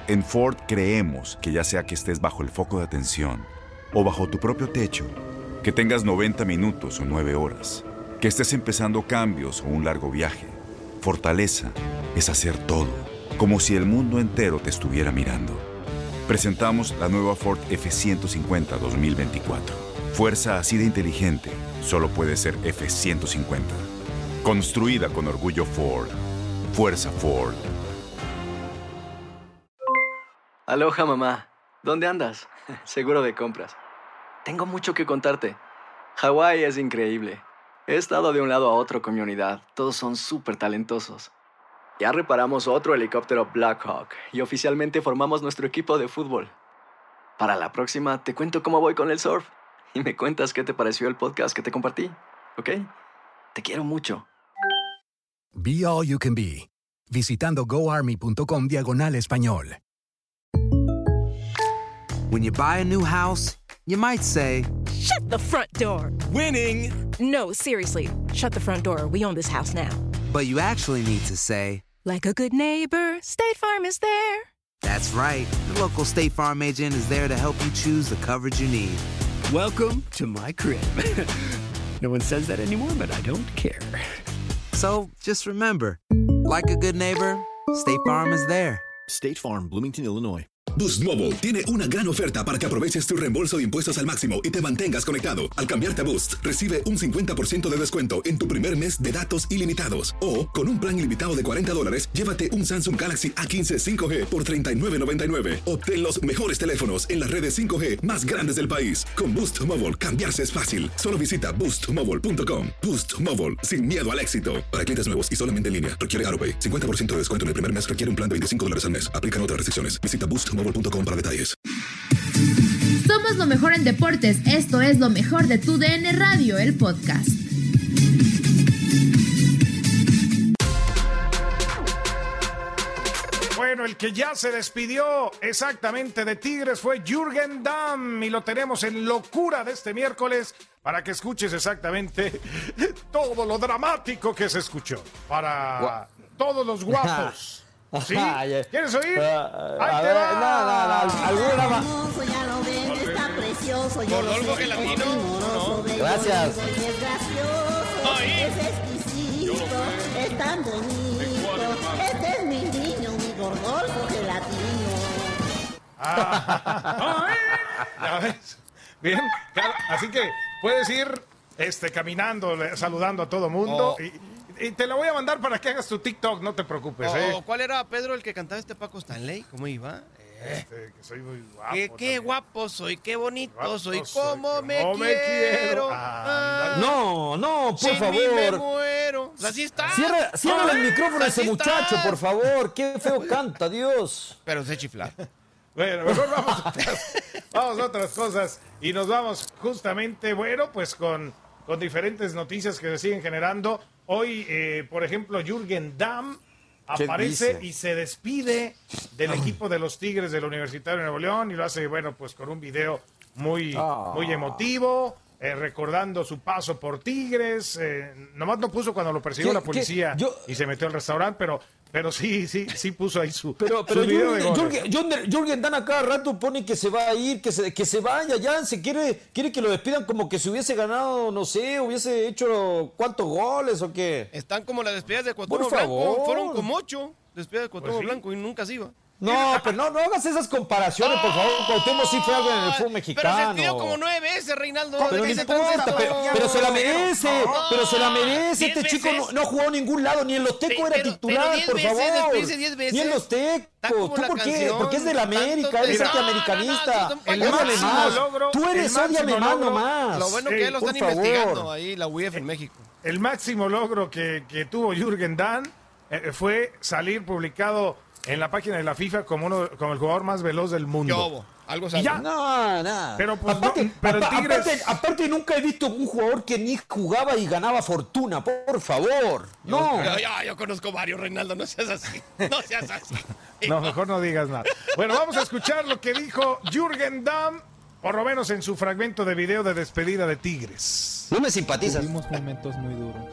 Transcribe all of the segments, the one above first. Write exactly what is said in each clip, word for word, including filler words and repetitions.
En Ford creemos que ya sea que estés bajo el foco de atención o bajo tu propio techo, que tengas noventa minutos o nueve horas, que estés empezando cambios o un largo viaje, fortaleza es hacer todo, como si el mundo entero te estuviera mirando. Presentamos la nueva Ford F ciento cincuenta dos mil veinticuatro. Fuerza así de inteligente solo puede ser F ciento cincuenta. Construida con orgullo Ford. Fuerza Ford. Aloha, mamá. ¿Dónde andas? Seguro de compras. Tengo mucho que contarte. Hawái es increíble. He estado de un lado a otro con mi unidad. Todos son súper talentosos. Ya reparamos otro helicóptero Blackhawk y oficialmente formamos nuestro equipo de fútbol. Para la próxima te cuento cómo voy con el surf y me cuentas qué te pareció el podcast que te compartí, ¿ok? Te quiero mucho. Be All You Can Be, visitando goarmy.com diagonal español. When you buy a new house, you might say, "Shut the front door." Winning! No, seriously. Shut the front door. We own this house now. But you actually need to say, like a good neighbor, State Farm is there. That's right. The local State Farm agent is there to help you choose the coverage you need. Welcome to my crib. No one says that anymore, but I don't care. So just remember, like a good neighbor, State Farm is there. State Farm, Bloomington, Illinois. Boost Mobile tiene una gran oferta para que aproveches tu reembolso de impuestos al máximo y te mantengas conectado. Al cambiarte a Boost, recibe un cincuenta por ciento de descuento en tu primer mes de datos ilimitados. O, con un plan ilimitado de cuarenta dólares, llévate un Samsung Galaxy A quince cinco G por treinta y nueve noventa y nueve. Obtén los mejores teléfonos en las redes cinco G más grandes del país. Con Boost Mobile, cambiarse es fácil. Solo visita boost mobile punto com. Boost Mobile, sin miedo al éxito. Para clientes nuevos y solamente en línea, requiere AutoPay. cincuenta por ciento de descuento en el primer mes requiere un plan de veinticinco dólares al mes. Aplican otras restricciones. Visita boost mobile punto com para detalles. Somos lo mejor en deportes. Esto es lo mejor de tu D N Radio, el podcast. Bueno, el que ya se despidió exactamente de Tigres fue Jürgen Damm y lo tenemos en locura de este miércoles para que escuches exactamente todo lo dramático que se escuchó para todos los guapos. ¿Sí? ¿Quieres oír? Uh, Ahí a te ver, va. No, no, no, alguna más. Ya lo ven, está precioso. Yo lo Rodolfo Gelatino. No. Gracias. Es gracioso, es exquisito, es tan bonito. Este es mi niño, mi Rodolfo Gelatino. Ah, ya ves. Bien, así que puedes ir este, caminando, saludando a todo mundo. Oh. Y, Y te la voy a mandar para que hagas tu TikTok, no te preocupes. Oh, ¿eh? ¿Cuál era, Pedro, el que cantaba este Paco Stanley? ¿Cómo iba? Este, que soy muy guapo. Que, qué guapo soy, qué bonito guapo soy, cómo soy, me, no quiero. me quiero. Ah, no, no, por sin favor. Mí me muero. Así está. Cierra, cierra Ay, el micrófono a ese está. muchacho, por favor. Qué feo canta, Dios. Pero se chifla. Bueno, mejor vamos a, otras, vamos a otras cosas. Y nos vamos justamente, bueno, pues con, con diferentes noticias que se siguen generando. Hoy, eh, por ejemplo, Jürgen Damm aparece y se despide del equipo de los Tigres del Universitario de Nuevo León y lo hace, bueno, pues con un video muy, oh. muy emotivo, eh, recordando su paso por Tigres. Eh, nomás no puso cuando lo persiguió la policía Yo... y se metió al restaurante, pero... Pero sí, sí, sí puso ahí su, pero, pero su video de Jürgen, Jürgen, Jürgen Damm a cada rato pone que se va a ir, que se, que se vaya ya, se quiere, quiere que lo despidan como que si hubiese ganado, no sé, hubiese hecho cuántos goles o qué. Están como las despedidas de Cuauhtémoc Blanco, fueron como ocho despedidas de Cuauhtémoc pues sí. Blanco y nunca se iba. No, pero no, no hagas esas comparaciones, por favor. Cuauhtémoc sí fue algo en el fútbol mexicano. Pero se despidió como nueve veces, Reinaldo. Pero no importa, pero, pero se la merece, no, pero se la merece. Este chico no, no jugó a ningún lado, ni en los Tecos era titular, por favor. Ni en los Tecos. ¿Tú por qué? Porque es del América, eres antiamericanista. El máximo logro. Tú eres odiamemán nomás. Lo bueno que lo están investigando ahí, la U E F en México. El máximo logro que tuvo Jürgen Damm fue salir publicado en la página de la FIFA como uno como el jugador más veloz del mundo. ¿Qué Algo y ya. No, nada. Pero pues aparte, no, pero aparte, Tigres... aparte, aparte nunca he visto un jugador que ni jugaba y ganaba fortuna, por favor. No. Yo, yo, yo conozco varios, Reinaldo, no seas así. No seas así. No, mejor no digas nada. Bueno, vamos a escuchar lo que dijo Jürgen Damm, por lo menos en su fragmento de video de despedida de Tigres. No me simpatizas. Tuvimos momentos muy duros.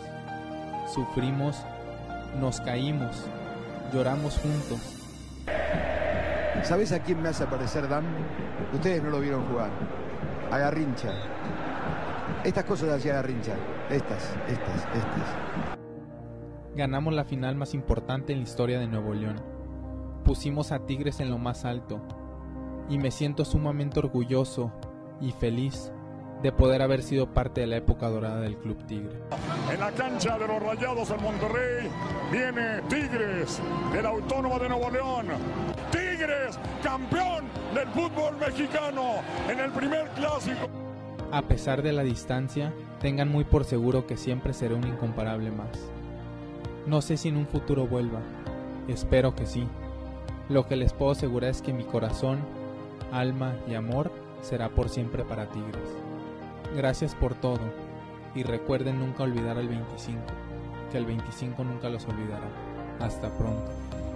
Sufrimos, nos caímos, lloramos juntos. ¿Sabés a quién me hace parecer Dan? Ustedes no lo vieron jugar. A Garrincha. Estas cosas hacía Garrincha. Estas, estas, estas. Ganamos la final más importante en la historia de Nuevo León. Pusimos a Tigres en lo más alto. Y me siento sumamente orgulloso y feliz de poder haber sido parte de la época dorada del Club Tigre. En la cancha de los Rayados en Monterrey viene Tigres, de la Autónoma de Nuevo León. Tigres, campeón del fútbol mexicano en el primer clásico. A pesar de la distancia, tengan muy por seguro que siempre seré un incomparable más. No sé si en un futuro vuelva, espero que sí. Lo que les puedo asegurar es que mi corazón, alma y amor será por siempre para Tigres. Gracias por todo y recuerden nunca olvidar al veinticinco, que el veinticinco nunca los olvidará. Hasta pronto.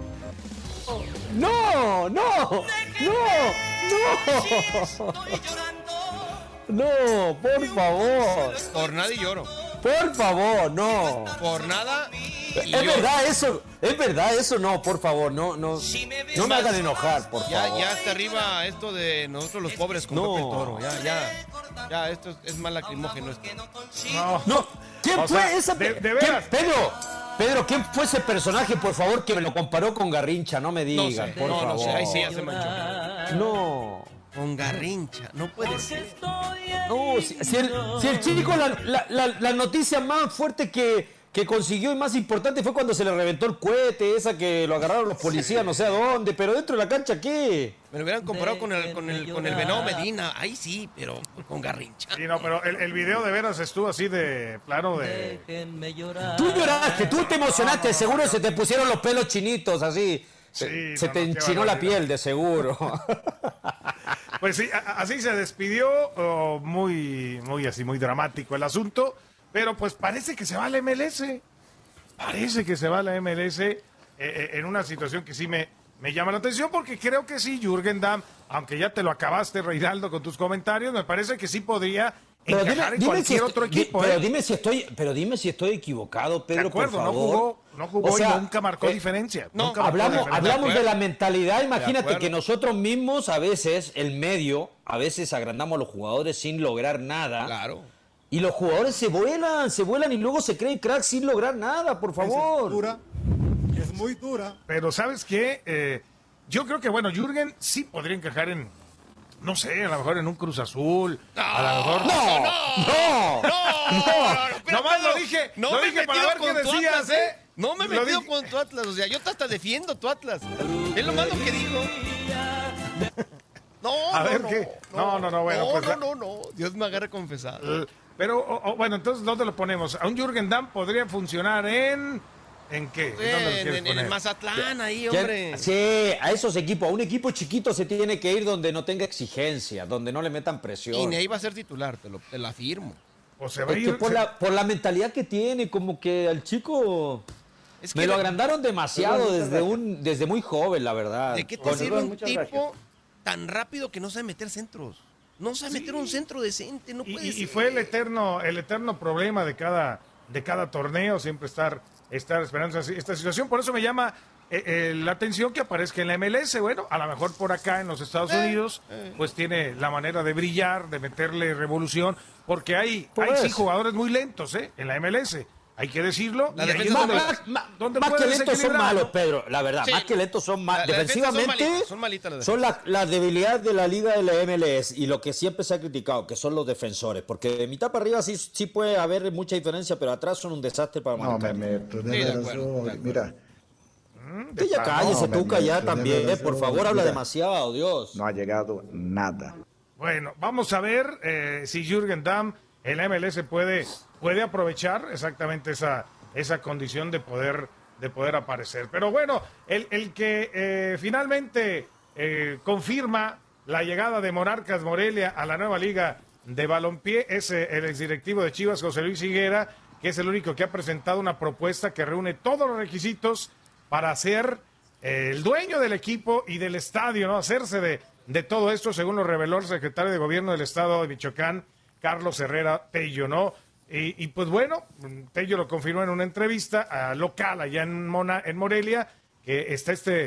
¡No! ¡No! ¡No! ¡No! ¡No! ¡Por favor! Por nada y lloro. ¡Por favor! ¡No! Por nada y Es lloro. verdad eso, es verdad eso, no, por favor, no, no, no me hagan enojar, por Ya, favor. ya está arriba esto de nosotros los pobres con No. Pepe el Toro. Ya, ya. Ya, esto es, es más lacrimógeno esto. No. No, ¿quién O fue sea, esa? de- de ¿quién- veras. Pedro, Pedro, ¿quién fue ese personaje, por favor, que me lo comparó con Garrincha? No me No digan, sé, por no, favor. no sé, ahí sí ya se manchó. No. Con Garrincha, no puede ser. No, si, si el, si el chico, la, la, la, la noticia más fuerte que, que consiguió y más importante fue cuando se le reventó el cohete, esa que lo agarraron los policías, no sé a dónde, pero dentro de la cancha, ¿qué? Me lo hubieran comparado con el, con el, con el Venado Medina. Ahí sí, pero con Garrincha. Sí, no, pero el, el video de veras estuvo así de plano de... Tú lloraste, tú te emocionaste, seguro se te pusieron los pelos chinitos, así. Sí, se no, te no, qué enchinó la barbaridad. piel, de seguro. Pues sí, a- así se despidió, oh, muy, muy así, muy dramático el asunto, pero pues parece que se va a la M L S, parece que se va a la M L S eh, eh, en una situación que sí me, me llama la atención, porque creo que sí, Jürgen Damm, aunque ya te lo acabaste, Reinaldo, con tus comentarios, me parece que sí podría Pero dime, encajar en dime cualquier si otro estoy, equipo. di- pero ¿eh? dime si estoy, pero dime si estoy equivocado, Pedro, De acuerdo, por no favor. jugó, no jugó O sea, y nunca marcó eh, diferencia. no, nunca marcó Hablamos, diferencia. hablamos de la mentalidad, imagínate acuerdo. que nosotros mismos a veces, el medio, a veces agrandamos a los jugadores sin lograr nada. Claro. Y los jugadores se vuelan, se vuelan y luego se creen cracks sin lograr nada, por favor. Es dura, es muy dura. Pero ¿sabes qué? Eh, yo creo que, bueno, Jürgen sí podría encajar en, no sé, a lo mejor en un Cruz Azul, a lo mejor... No, no, no. Nomás lo dije, No lo me dije he para metido ver qué con tu decías, Atlas, ¿eh? No me he Lo metido dije. con tu Atlas. O sea, yo te hasta defiendo tu Atlas. Es lo malo que digo. No, A no, ver no, qué. No, no, no, bueno, No, pues no, la- no, no. Dios me agarre confesado. Eh, Pero, o- o, bueno, entonces, ¿dónde lo ponemos? ¿A un Jürgen Damm podría funcionar en... ¿En qué? ¿En dónde lo En, quieres en- en poner? el Mazatlán, ahí, Ya- hombre. Sí, a esos equipos, a un equipo chiquito se tiene que ir donde no tenga exigencia, donde no le metan presión. Y Ney va a ser titular, te lo, te lo afirmo. O se va a Es ir... que por se- la, por la mentalidad que tiene, como que al chico Es me que lo de- agrandaron demasiado desde un desde muy joven, la verdad. ¿De qué te Con- sirve un tipo tan rápido que no sabe meter centros? No sabe meter un centro decente, no Y, puede y- ser. y fue el eterno, el eterno problema de cada, de cada torneo, siempre estar, estar esperando esa- esta situación. Por eso me llama eh, eh, la atención que aparezca en la M L S. Bueno, a lo mejor por acá en los Estados Unidos, pues tiene la manera de brillar, de meterle revolución, porque hay, Pues. hay sí jugadores muy lentos ¿eh? en la M L S. Hay que decirlo. La y ahí defensa es es donde- más, más- donde más que puede lentos son desequilibrar, malos, ¿no? Pedro, la verdad, Sí. más que lentos son malos. La- la defensa son Defensivamente malitas, son malitas las son la, la debilidad de la liga de la M L S y lo que siempre se ha criticado, que son los defensores, porque de mitad para arriba sí, sí puede haber mucha diferencia, pero atrás son un desastre para No, marcar. me meto, Sí, de de acuerdo, de razón. acuerdo. Mira, Usted ya cállese, No, Tuca, me- ya me- también, me- eh, por me- favor, habla mira. demasiado, Dios. no ha llegado nada. Bueno, vamos a ver eh, si Jürgen Damm en la M L S puede, puede aprovechar exactamente esa, esa condición de poder, de poder aparecer. Pero bueno, el, el que eh, finalmente eh, confirma la llegada de Monarcas Morelia a la nueva liga de balompié es eh, el exdirectivo de Chivas, José Luis Higuera, que es el único que ha presentado una propuesta que reúne todos los requisitos para ser eh, el dueño del equipo y del estadio, ¿no? Hacerse de, de todo esto, según lo reveló el secretario de Gobierno del Estado de Michoacán, Carlos Herrera Tello, ¿no? Y, y pues bueno, Tello lo confirmó en una entrevista a local allá en, Mona, en Morelia, que está este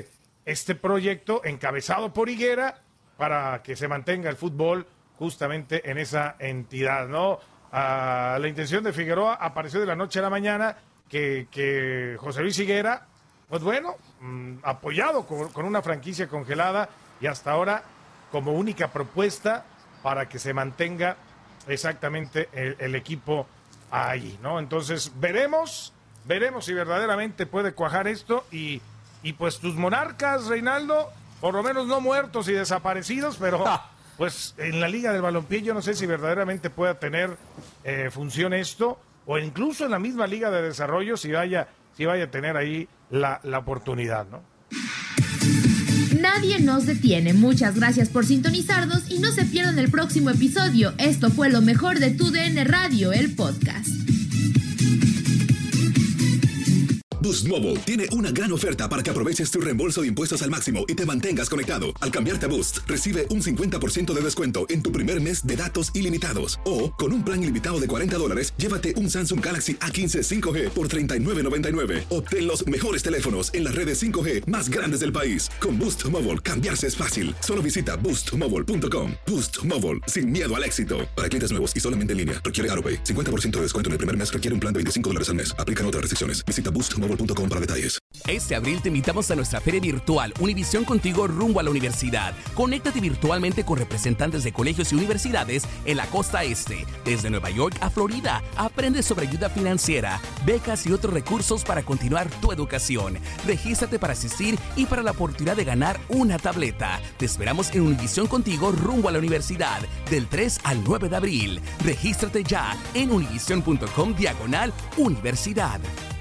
este proyecto encabezado por Higuera para que se mantenga el fútbol justamente en esa entidad, ¿no? Ah, la intención de Figueroa apareció de la noche a la mañana, que, que José Luis Higuera, pues bueno, mmm, apoyado con, con una franquicia congelada y hasta ahora como única propuesta para que se mantenga exactamente el, el equipo ahí, ¿no? Entonces veremos, veremos si verdaderamente puede cuajar esto y, y pues tus Monarcas, Reinaldo, por lo menos no muertos y desaparecidos, pero pues en la Liga del Balompié yo no sé si verdaderamente pueda tener eh, función esto, o incluso en la misma Liga de Desarrollo si vaya, si vaya a tener ahí la, la oportunidad, ¿no? Nadie nos detiene. Muchas gracias por sintonizarnos y no se pierdan el próximo episodio. Esto fue lo mejor de Tu D N Radio, el podcast. Boost Mobile tiene una gran oferta para que aproveches tu reembolso de impuestos al máximo y te mantengas conectado. Al cambiarte a Boost, recibe un cincuenta por ciento de descuento en tu primer mes de datos ilimitados. O, con un plan ilimitado de cuarenta dólares, llévate un Samsung Galaxy A quince cinco G por treinta y nueve noventa y nueve. Obtén los mejores teléfonos en las redes cinco G más grandes del país. Con Boost Mobile, cambiarse es fácil. Solo visita boost mobile punto com. Boost Mobile, sin miedo al éxito. Para clientes nuevos y solamente en línea, requiere AroPay. cincuenta por ciento de descuento en el primer mes requiere un plan de veinticinco dólares al mes. Aplican otras restricciones. Visita boost mobile punto com para detalles. Este abril te invitamos a nuestra feria virtual Univisión Contigo rumbo a la universidad. Conéctate virtualmente con representantes de colegios y universidades en la costa este. Desde Nueva York a Florida, aprende sobre ayuda financiera, becas y otros recursos para continuar tu educación. Regístrate para asistir y para la oportunidad de ganar una tableta. Te esperamos en Univisión Contigo rumbo a la universidad del tres al nueve de abril. Regístrate ya en univision punto com diagonal universidad.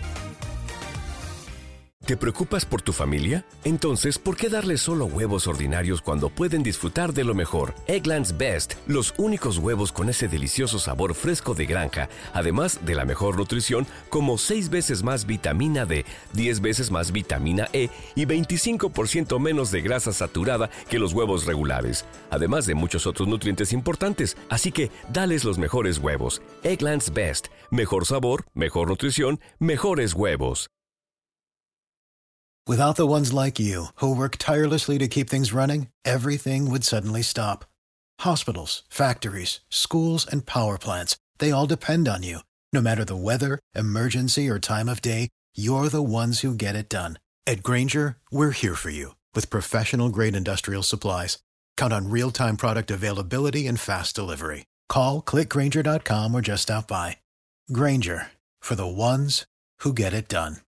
¿Te preocupas por tu familia? Entonces, ¿por qué darles solo huevos ordinarios cuando pueden disfrutar de lo mejor? Eggland's Best, los únicos huevos con ese delicioso sabor fresco de granja, además de la mejor nutrición, como seis veces más vitamina D, diez veces más vitamina E y veinticinco por ciento menos de grasa saturada que los huevos regulares, además de muchos otros nutrientes importantes. Así que, dales los mejores huevos. Eggland's Best, mejor sabor, mejor nutrición, mejores huevos. Without the ones like you, who work tirelessly to keep things running, everything would suddenly stop. Hospitals, factories, schools, and power plants, they all depend on you. No matter the weather, emergency, or time of day, you're the ones who get it done. At Grainger, we're here for you with professional-grade industrial supplies. Count on real-time product availability and fast delivery. Call, click grainger dot com, or just stop by. Grainger, for the ones who get it done.